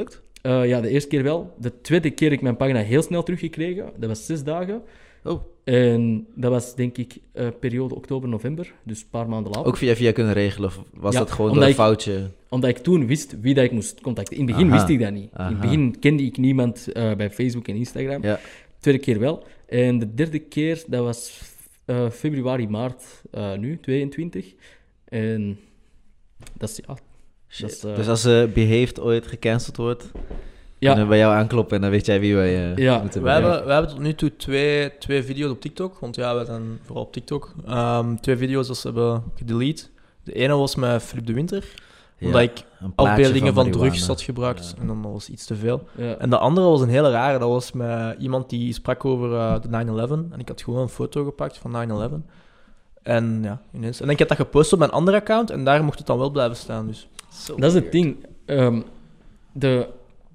Uh, ja, de eerste keer wel. De tweede keer heb ik mijn pagina heel snel teruggekregen. Dat was zes dagen. Oh. En dat was denk ik uh, periode oktober-november, dus een paar maanden later. Ook via via kunnen regelen, of was ja, dat gewoon door een ik, foutje? Omdat ik toen wist wie dat ik moest contacten. In het begin Aha. wist ik dat niet. Aha. In het begin kende ik niemand uh, bij Facebook en Instagram. Ja. Tweede keer wel. En de derde keer, dat was uh, februari, maart, uh, nu, tweeëntwintig. En dat is, ja... Dat is, uh, dus als uh, Behaved ooit gecanceld wordt, ja. kunnen we bij jou aankloppen en dan weet jij wie wij uh, ja. moeten We hebben. hebben, we hebben tot nu toe twee, twee video's op TikTok, want ja, we zijn vooral op TikTok. Um, twee video's dat ze hebben gedelete. De ene was met Philip de Winter, Ja, omdat ik een plaatje afbeeldingen van, marijuana. drugs had gebruikt Ja. en dan was iets te veel. Ja. En de andere was een hele rare, dat was met iemand die sprak over uh, de nine eleven. En ik had gewoon een foto gepakt van nine eleven. En ja, ineens. En ik had dat gepost op mijn andere account en daar mocht het dan wel blijven staan. Dus. So Dat is het weird. ding. Um, de...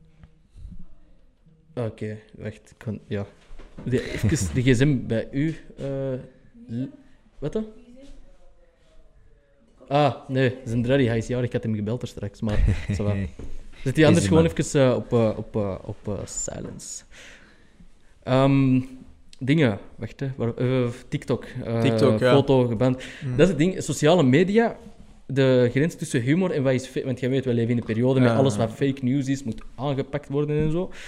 Oké, okay, wacht. Ik kan... Ja. De, even de gsm bij u... Uh, wat dan? Ah, nee, zijn daddy, hij is jarig. Ik had hem gebeld er straks, maar... ça va. Zet die anders Easy, gewoon man. even uh, op, uh, op, uh, op uh, silence. Um, dingen, wacht, hè. Waar, uh, TikTok. Uh, TikTok, ja. Foto geband. Mm. Dat is het ding. Sociale media, de grens tussen humor en wat is fake... Want jij weet, we leven in een periode met Ja. alles wat fake news is, moet aangepakt worden en zo.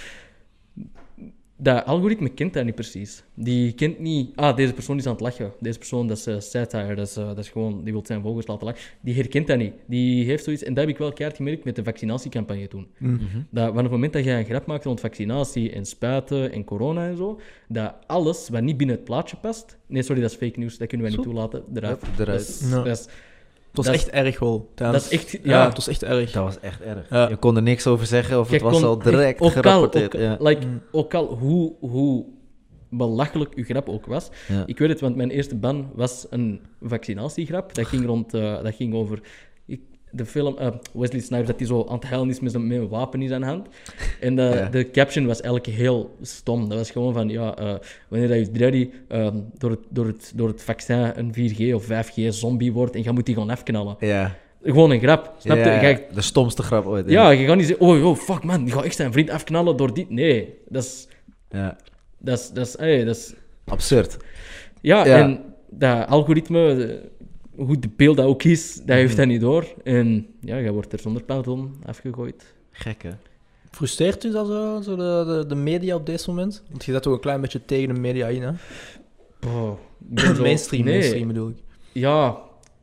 Dat algoritme kent dat niet precies. Die kent niet... Ah, deze persoon is aan het lachen. Deze persoon, dat is uh, satire. Dat is, uh, dat is gewoon... Die wil zijn volgers laten lachen. Die herkent dat niet. Die heeft zoiets... En dat heb ik wel keihard gemerkt met de vaccinatiecampagne toen. Mm. Mhm. Dat vanaf het moment dat jij een grap maakt rond vaccinatie en spuiten en corona en zo, dat alles wat niet binnen het plaatje past... Nee, sorry, dat is fake news. Dat kunnen wij niet Zo. toelaten. Eruit. Hup, eruit. Dat is, Ja. dat is, Het was dat is- echt erg wel. tijdens- dat is echt... Ja, Ja, het was echt erg. Dat was echt erg. Ja. Je kon er niks over zeggen of Jij het was kon al direct echt- ook al- gerapporteerd. ook- ja. like, Mm. ook al hoe, hoe belachelijk uw grap ook was. Ja. Ik weet het, want mijn eerste ban was een vaccinatiegrap. Dat ging, rond, uh, dat ging over ik, de film uh, Wesley Snipes, dat hij zo aan het huilen is met, zijn, met een wapen in zijn hand. En de, Ja. de caption was eigenlijk heel stom. Dat was gewoon van, ja, uh, wanneer dat je daddy um, door, het, door, het, door het vaccin een vier G of vijf G zombie wordt en je moet die gewoon afknallen. Ja. Gewoon een grap, snap je? Ja, Ga je- de stomste grap ooit. ja, je gaat niet zeggen, oh, oh, fuck man, die gaat echt zijn vriend afknallen door dit. Nee, dat is... Ja. Dat is, dat is, hey, dat is Absurd. ja, Ja. en dat algoritme, de- hoe de beeld dat ook is, dat heeft hij niet door. En ja, jij wordt er zonder pardon afgegooid. Gek, hè? Frustreert u dat zo, zo de, de, de media op dit moment? Want je zet toch een klein beetje tegen de media in, hè? Oh, ik ben zo- mainstream, nee, mainstream bedoel ik. Ja,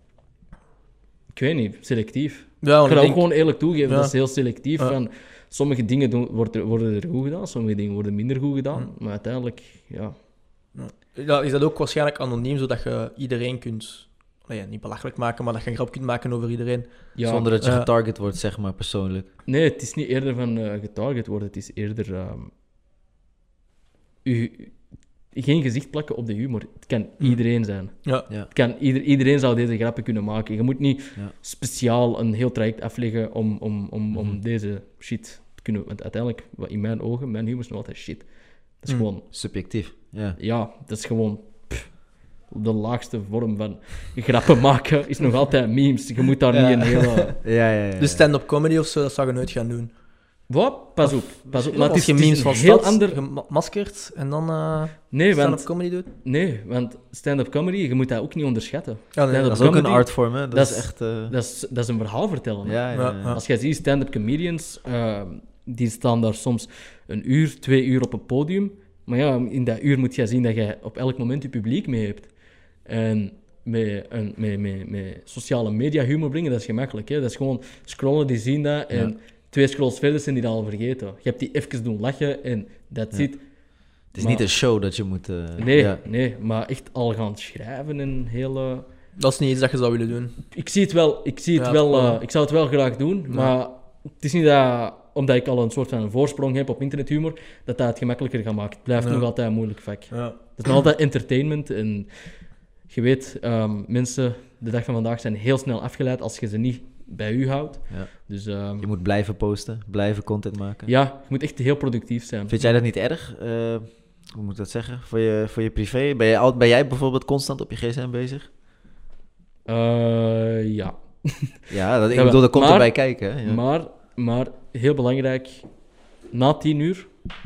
ik weet niet, selectief. Ja, Ik want ga ik dat ook denk- gewoon eerlijk toegeven, Ja. dat is heel selectief. Ja. Van, sommige dingen doen, worden, worden er goed gedaan, sommige dingen worden minder goed gedaan. Maar uiteindelijk, ja. Ja, is dat ook waarschijnlijk anoniem, zodat je iedereen kunt... Nou ja, niet belachelijk maken, maar dat je een grap kunt maken over iedereen. ja. Zonder dat je Ja. getarget wordt, zeg maar, persoonlijk. Nee, het is niet eerder van eh, getarget worden, het is eerder... ehm, u, geen gezicht plakken op de humor. Het kan Hmm. iedereen zijn. Ja. Ja. Het kan ieder, iedereen zou deze grappen kunnen maken. Je moet niet Ja. speciaal een heel traject afleggen om, om, om, om Mhm. deze shit te kunnen... Want uiteindelijk, wat in mijn ogen, mijn humor is nog altijd shit. Dat is Hmm. gewoon... Subjectief. Ja. Ja, dat is gewoon... pff, de laagste vorm van grappen maken is nog altijd memes. Je moet daar Ja. niet een hele... Ja, ja, ja. Dus stand-up comedy of zo, dat zou je nooit gaan doen. Wat? Pas op. Pas op. Maar het Als is, je het is memes een van heel stad, ander... gemaskerd en dan eh Nee, stand-up want, comedy doet. nee, want stand-up comedy, je moet dat ook niet onderschatten. Ja, nee, stand-up Dat is ook een comedy, artvorm, hè? Dat, dat is is- echt... eh, Dat is, dat is een verhaal vertellen. hè. ja, ja, Ja, ja. ja. Als jij ziet stand-up comedians, eh, die staan daar soms een uur, twee uur op een podium. Maar ja, in dat uur moet je zien dat je op elk moment je publiek mee hebt. En met, een, met, met, met sociale media humor brengen, dat is gemakkelijk. Hè? Dat is gewoon scrollen, die zien dat. En Ja. twee scrolls verder zijn die dat al vergeten. Je hebt die even doen lachen en dat Ja. zit. Het is Maar- niet een show dat je moet... eh, Nee, ja. nee, maar echt al gaan schrijven en hele... Dat is niet iets dat je zou willen doen. Ik zie het wel, ik, zie het Ja, wel, gewoon. eh, ik zou het wel graag doen, maar het is niet dat, omdat ik al een soort van een voorsprong heb op internethumor, dat dat het gemakkelijker gaat maken. Het blijft Ja. nog altijd een moeilijk vak. Ja. Het is nog altijd entertainment en je weet, ehm, mensen de dag van vandaag zijn heel snel afgeleid als je ze niet bij u houdt. Ja. Dus ehm, Je moet blijven posten, blijven content maken. ja, je moet echt heel productief zijn. Vind jij dat niet erg? Eh, hoe moet ik dat zeggen? Voor je, voor je privé? Ben jij, al, ben jij bijvoorbeeld constant op je gsm bezig? Eh, ja. Ja, dat, ik Ja, bedoel, dat komt maar- erbij kijken. Hè? Ja. Maar, maar heel belangrijk, na tien uur,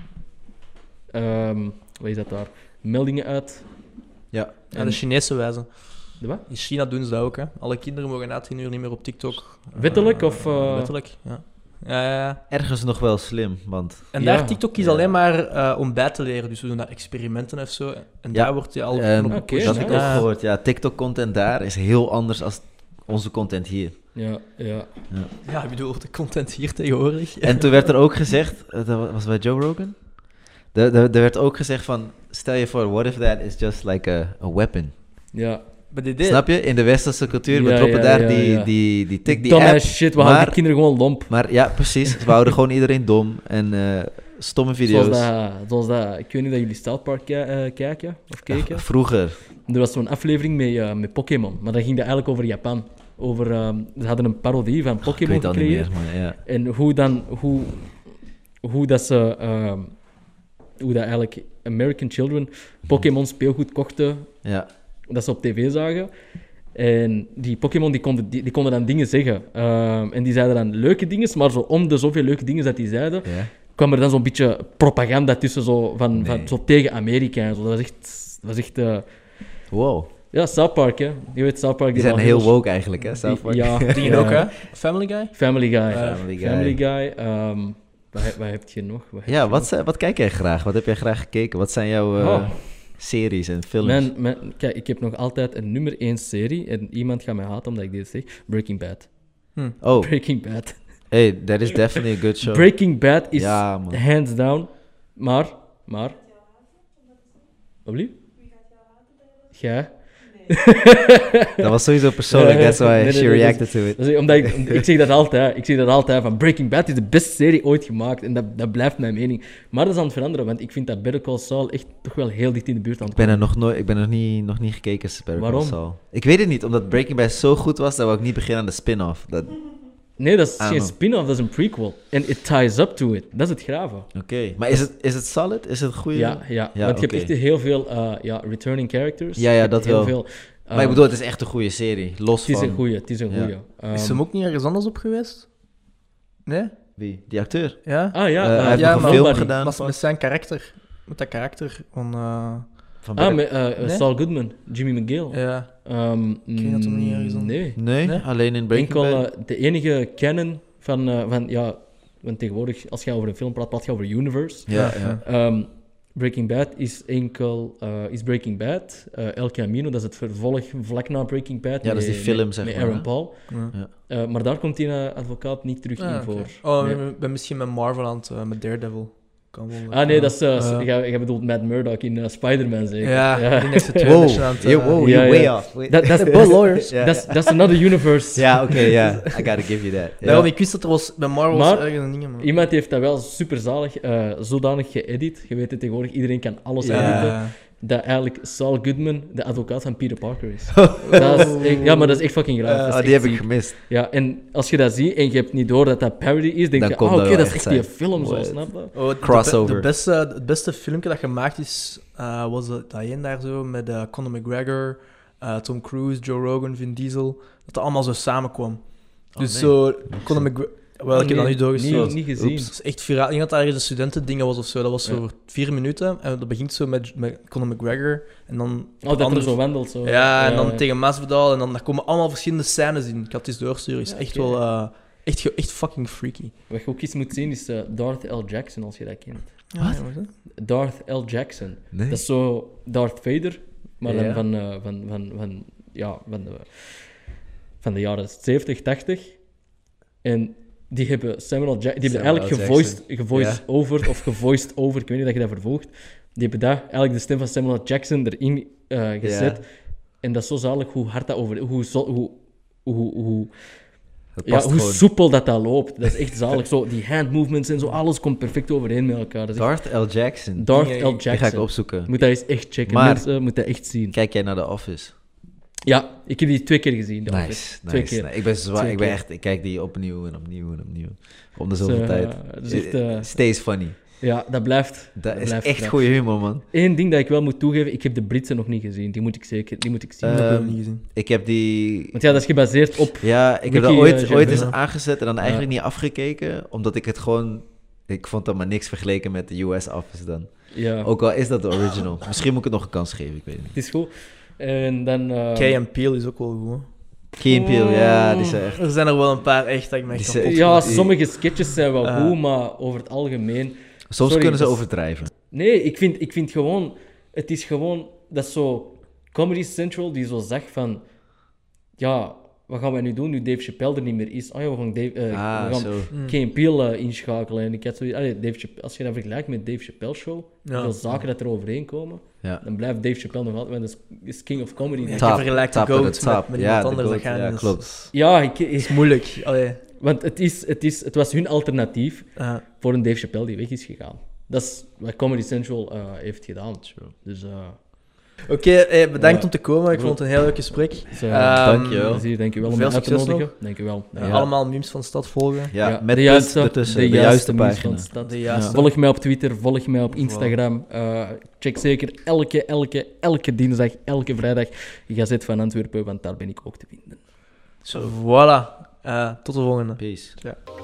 um, wat is dat daar? Meldingen uit. Ja. Ja, de Chinese wijze. De wat? In China doen ze dat ook, hè. Alle kinderen mogen na tien uur niet meer op TikTok. Wettelijk Uh, of, uh... Wettelijk, ja. Ja, ja, ja. Ergens nog wel slim, want... En Ja. daar TikTok is Ja. alleen maar uh, om bij te leren. Dus we doen daar experimenten of zo. En Ja. daar wordt je al En op Oké, gepusht. dat heb ik ook Ja. gehoord. Ja, TikTok-content daar is heel anders dan onze content hier. Ja, ja. Ja, ik bedoel, de content hier tegenwoordig. En toen werd er ook gezegd, eh, dat was bij Joe Rogan, er, er, er werd ook gezegd van, stel je voor, what if that is just like a, a weapon? Ja. But they did. Snap je? In de westerse cultuur, we Ja, droppen ja, daar ja, die, ja. die, die tik, die Domme app. shit, we maar- houden de kinderen gewoon lomp. Maar ja, precies. We houden gewoon iedereen dom en eh, stomme video's. Zoals dat, zoals dat, ik weet niet dat jullie South Park ki- eh, kijken of keken. Vroeger. Er was zo'n aflevering met, eh, met Pokémon, maar dan ging dat eigenlijk over Japan. Over, ehm, ze hadden een parodie van Ik Pokémon weet al niet gecreëerd. meer, maar ja. En hoe dan, hoe, hoe dat ze, ehm, hoe dat eigenlijk American children Pokémon speelgoed kochten, Ja. dat ze op tv zagen. En die Pokémon die konden, die, die konden dan dingen zeggen. Ehm, en die zeiden dan leuke dingen, maar zo om de zoveel leuke dingen dat die zeiden, ja. kwam er dan zo'n beetje propaganda tussen, zo, van, Nee. van, zo tegen Amerika en zo. Dat was echt... Dat was echt eh, Wow. ja, South Park, hè. Je weet, South Park... Die zijn wel heel woke eigenlijk, hè? South Park. Ja. Die ja. ook, hè? Family Guy? Family Guy. Family Guy. Family Guy. ehm, wat, he- wat heb je nog? Wat heb Ja, je wat, nog? zijn- wat kijk jij graag? Wat heb jij graag gekeken? Wat zijn jouw eh, Oh. series en films? Mijn, mijn, kijk, ik heb nog altijd een nummer één serie. En iemand gaat mij haten omdat ik dit zeg. Breaking Bad. Hm. Oh, Breaking Bad. hey, that is definitely a good show. Breaking Bad is Ja, man. hands down. Maar, maar... Wat blieft? Jij? Dat was sowieso persoonlijk, that's why Nee, nee, she nee, dat is- reacted to it. Dat is, omdat ik, ik zeg dat altijd. Ik zeg dat altijd van Breaking Bad is de beste serie ooit gemaakt. En dat, dat blijft mijn mening. Maar dat is aan het veranderen, want ik vind dat Better Call Saul echt toch wel heel dicht in de buurt aan Ik het ben er komen. nog, nooit, ik ben er niet, nog niet gekeken, Better Call Waarom? Saul. Ik weet het niet, omdat Breaking Bad zo goed was, dat wou ik niet beginnen aan de spin-off. Dat... Nee, dat is Ah, geen no. spin-off, dat is een prequel. En it ties up to it. Dat is het grave. Oké, maar is het, is het solid? Is het een goede? Ja, ja. Ja, want je oké. hebt echt heel veel uh, ja, returning characters. Ja, ja, Je hebt dat heel wel. Veel, Maar ik uh, bedoel, het is echt een goede serie. Los het is van... een goeie, het is een Ja. goeie. Um, Is hem ook niet ergens anders op geweest? Nee? Wie? Die acteur? Ja? Ah ja, Eh, uh, hij heeft ja, nog maar- een film Nobody. gedaan. Maar van- met zijn karakter. Met dat karakter van... uh, van Ah, Better- met uh, Nee? Saul Goodman, Jimmy McGill. ja. Um, Ik weet dat hem niet ergens aan- Nee. Nee, Nee? alleen in Breaking Enkel Bad. uh, de enige canon van, uh, van... Ja, want tegenwoordig, als je over een film praat, praat je over universe. Ja, Ja, ja. Um, Breaking Bad is enkel... uh, is Breaking Bad. Uh, El Camino, dat is het vervolg vlak na Breaking Bad. Ja, dat is die met- film, met, zeg met maar, Aaron hè? Paul. Ja. Uh, maar daar komt die uh, advocaat niet terug Ah, in oké. voor. Oh, Nee. ik ben misschien met Marvel aan het... uh, met Daredevil. Kan wel, Ah nee, dat is... Uh, uh, jij, jij bedoelt Matt Murdock in uh, Spider-Man, zeker? Ja, ja. die next twee Wow, is aan het... uh, yeah, wow, ja, you're way ja. off. Wait. Dat, dat is Both lawyers. Ja. That's, that's another universe. Ja, oké, ja. I gotta give you that. Ja. Daarom, ik wist dat er was... Bij Marvel was Maar- ergens een ding, man. Iemand heeft dat wel superzalig, uh, zodanig geëdit. Je weet het tegenwoordig, iedereen kan alles Ja. editen. Ja. Dat eigenlijk Saul Goodman de advocaat van Peter Parker is. Dat is echt- ja, maar dat is echt fucking graag. Dat is Oh, echt die heb ik ziek. gemist. Ja, en als je dat ziet en je hebt niet door dat dat parody is, denk Dan je, komt ah, dat oké, wel dat is echt echt die zijn. film, zo, What? snap je? Oh, de- Crossover. De, de beste, het beste filmpje dat gemaakt is, uh, was dat dat één daar zo, met uh, Conor McGregor, uh, Tom Cruise, Joe Rogan, Vin Diesel. Dat het allemaal zo samenkwam. Oh, dus nee. zo, Conor McGregor... Wel, ik heb dat Nee, niet doorgestuurd. Niet, niet gezien. Oeps. Dat is echt viraal. Ik denk dat daar ergens een studentendingen was of zo. Dat was zo Ja. voor vier minuten. En dat begint zo met, met Conor McGregor. En dan... Oh, dat er andere- zo wandelt. Zo. Ja, en dan ja. tegen Masvidal. En dan daar komen allemaal verschillende scènes in. Ik had het eens doorsturen. Is Ja, echt oké. wel... uh, echt, ge- echt fucking freaky. Wat je ook eens moet zien is uh, Darth L. Jackson, als je dat kent. Ja, wat is dat? Darth L. Jackson. Nee. Dat is zo Darth Vader, maar dan Ja. van, uh, van, van, van, ja, van, de, van de jaren zeventig, tachtig. En die hebben Samuel Jackson, die hebben Samuel eigenlijk Jackson. gevoiced, gevoiced Ja. over, of gevoiced over, ik weet niet dat je dat vervolgt. Die hebben daar eigenlijk de stem van Samuel Jackson erin uh, gezet. Ja. En dat is zo zalig hoe hard dat over... Hoe, zo, hoe, hoe, hoe, Dat ja, past hoe gewoon. soepel dat dat loopt. Dat is echt zalig. Zo, die hand movements en zo, alles komt perfect overeen met elkaar. Dat is echt- Darth L. Jackson. Darth Die- L. die Die ga ik Jackson. opzoeken. Moet dat eens echt checken. Maar- Mensen moeten dat echt zien. Kijk jij naar The Office? Ja, ik heb die twee keer gezien. de Nice, Office. nice. Twee keer. Nee, ik ben zwaar. Twee Ik ben keer. echt. Ik kijk die opnieuw en opnieuw en opnieuw. Om de Dus, zoveel eh, tijd. dat is echt, eh, Stays funny. Ja, dat blijft. Dat is blijft echt graag. goede humor, man. Eén ding dat ik wel moet toegeven, ik heb de Britsen nog niet gezien. Die moet ik zeker die moet ik zien. Dat heb ik Ehm, nog niet gezien. Ik heb die. Want ja, dat is gebaseerd op... Ja, ik heb Wiki, dat ooit, eh, ooit eens Gervais. aangezet en dan eigenlijk niet afgekeken, omdat ik het gewoon. ik vond dat maar niks vergeleken met de U S Office dan. Ja, Ook al is dat de original. Misschien moet ik het nog een kans geven, ik weet het niet. het is goed. En dan... eh, Key and Peele is ook wel goed. Key and Peele, ja, die zijn echt... Er zijn er wel een paar echt dat ik me echt Die kapot zijn- ja, gemaakt. sommige sketches zijn wel Eh. goed, maar over het algemeen... Soms Sorry, kunnen ze dat is- overdrijven. Nee, ik vind, ik vind gewoon... Het is gewoon... Dat is zo... Comedy Central die zo zag van... Ja, wat gaan wij nu doen nu Dave Chappelle er niet meer is? Oh ja, we gaan, Dave, eh, Ah, we gaan zo. Key and Peele eh, inschakelen. En ik had zoiets... Allee, Dave Chappelle, als je dat vergelijkt met Dave Chappelle Show, Ja. hoeveel zaken dat er overheen komen, Ja. dan blijft Dave Chappelle nog altijd... Want dat is, is king of comedy. Ja, Ja, ik Top, vergelijk de top of GOAT the met, top. met Ja, iemand de anders. Dat GOAT, gaat ja, niet. klopt. ja ik, is moeilijk. Allee. want het, is, het, is, het was hun alternatief Uh, voor een Dave Chappelle die weg is gegaan. Dat is wat Comedy Central eh, heeft gedaan. Dus... eh Oké, hey, bedankt Ja. om te komen. Ik vond het een heel leuk gesprek. zo, Ehm, dankjewel. Dus hier, dank u wel om veel mij uit te succes nodigen. Dank u wel. Uh, Ja. Allemaal memes van de stad volgen. Ja, Ja, met de punt juiste, ertussen, de de juiste memes van pagina. de stad. De juiste. Volg mij op Twitter, volg mij op Instagram. Uh, check zeker elke, elke, elke dinsdag, elke vrijdag Gazet van Antwerpen, want daar ben ik ook te vinden. Zo. Voilà. Uh, tot de volgende. Peace. Ja.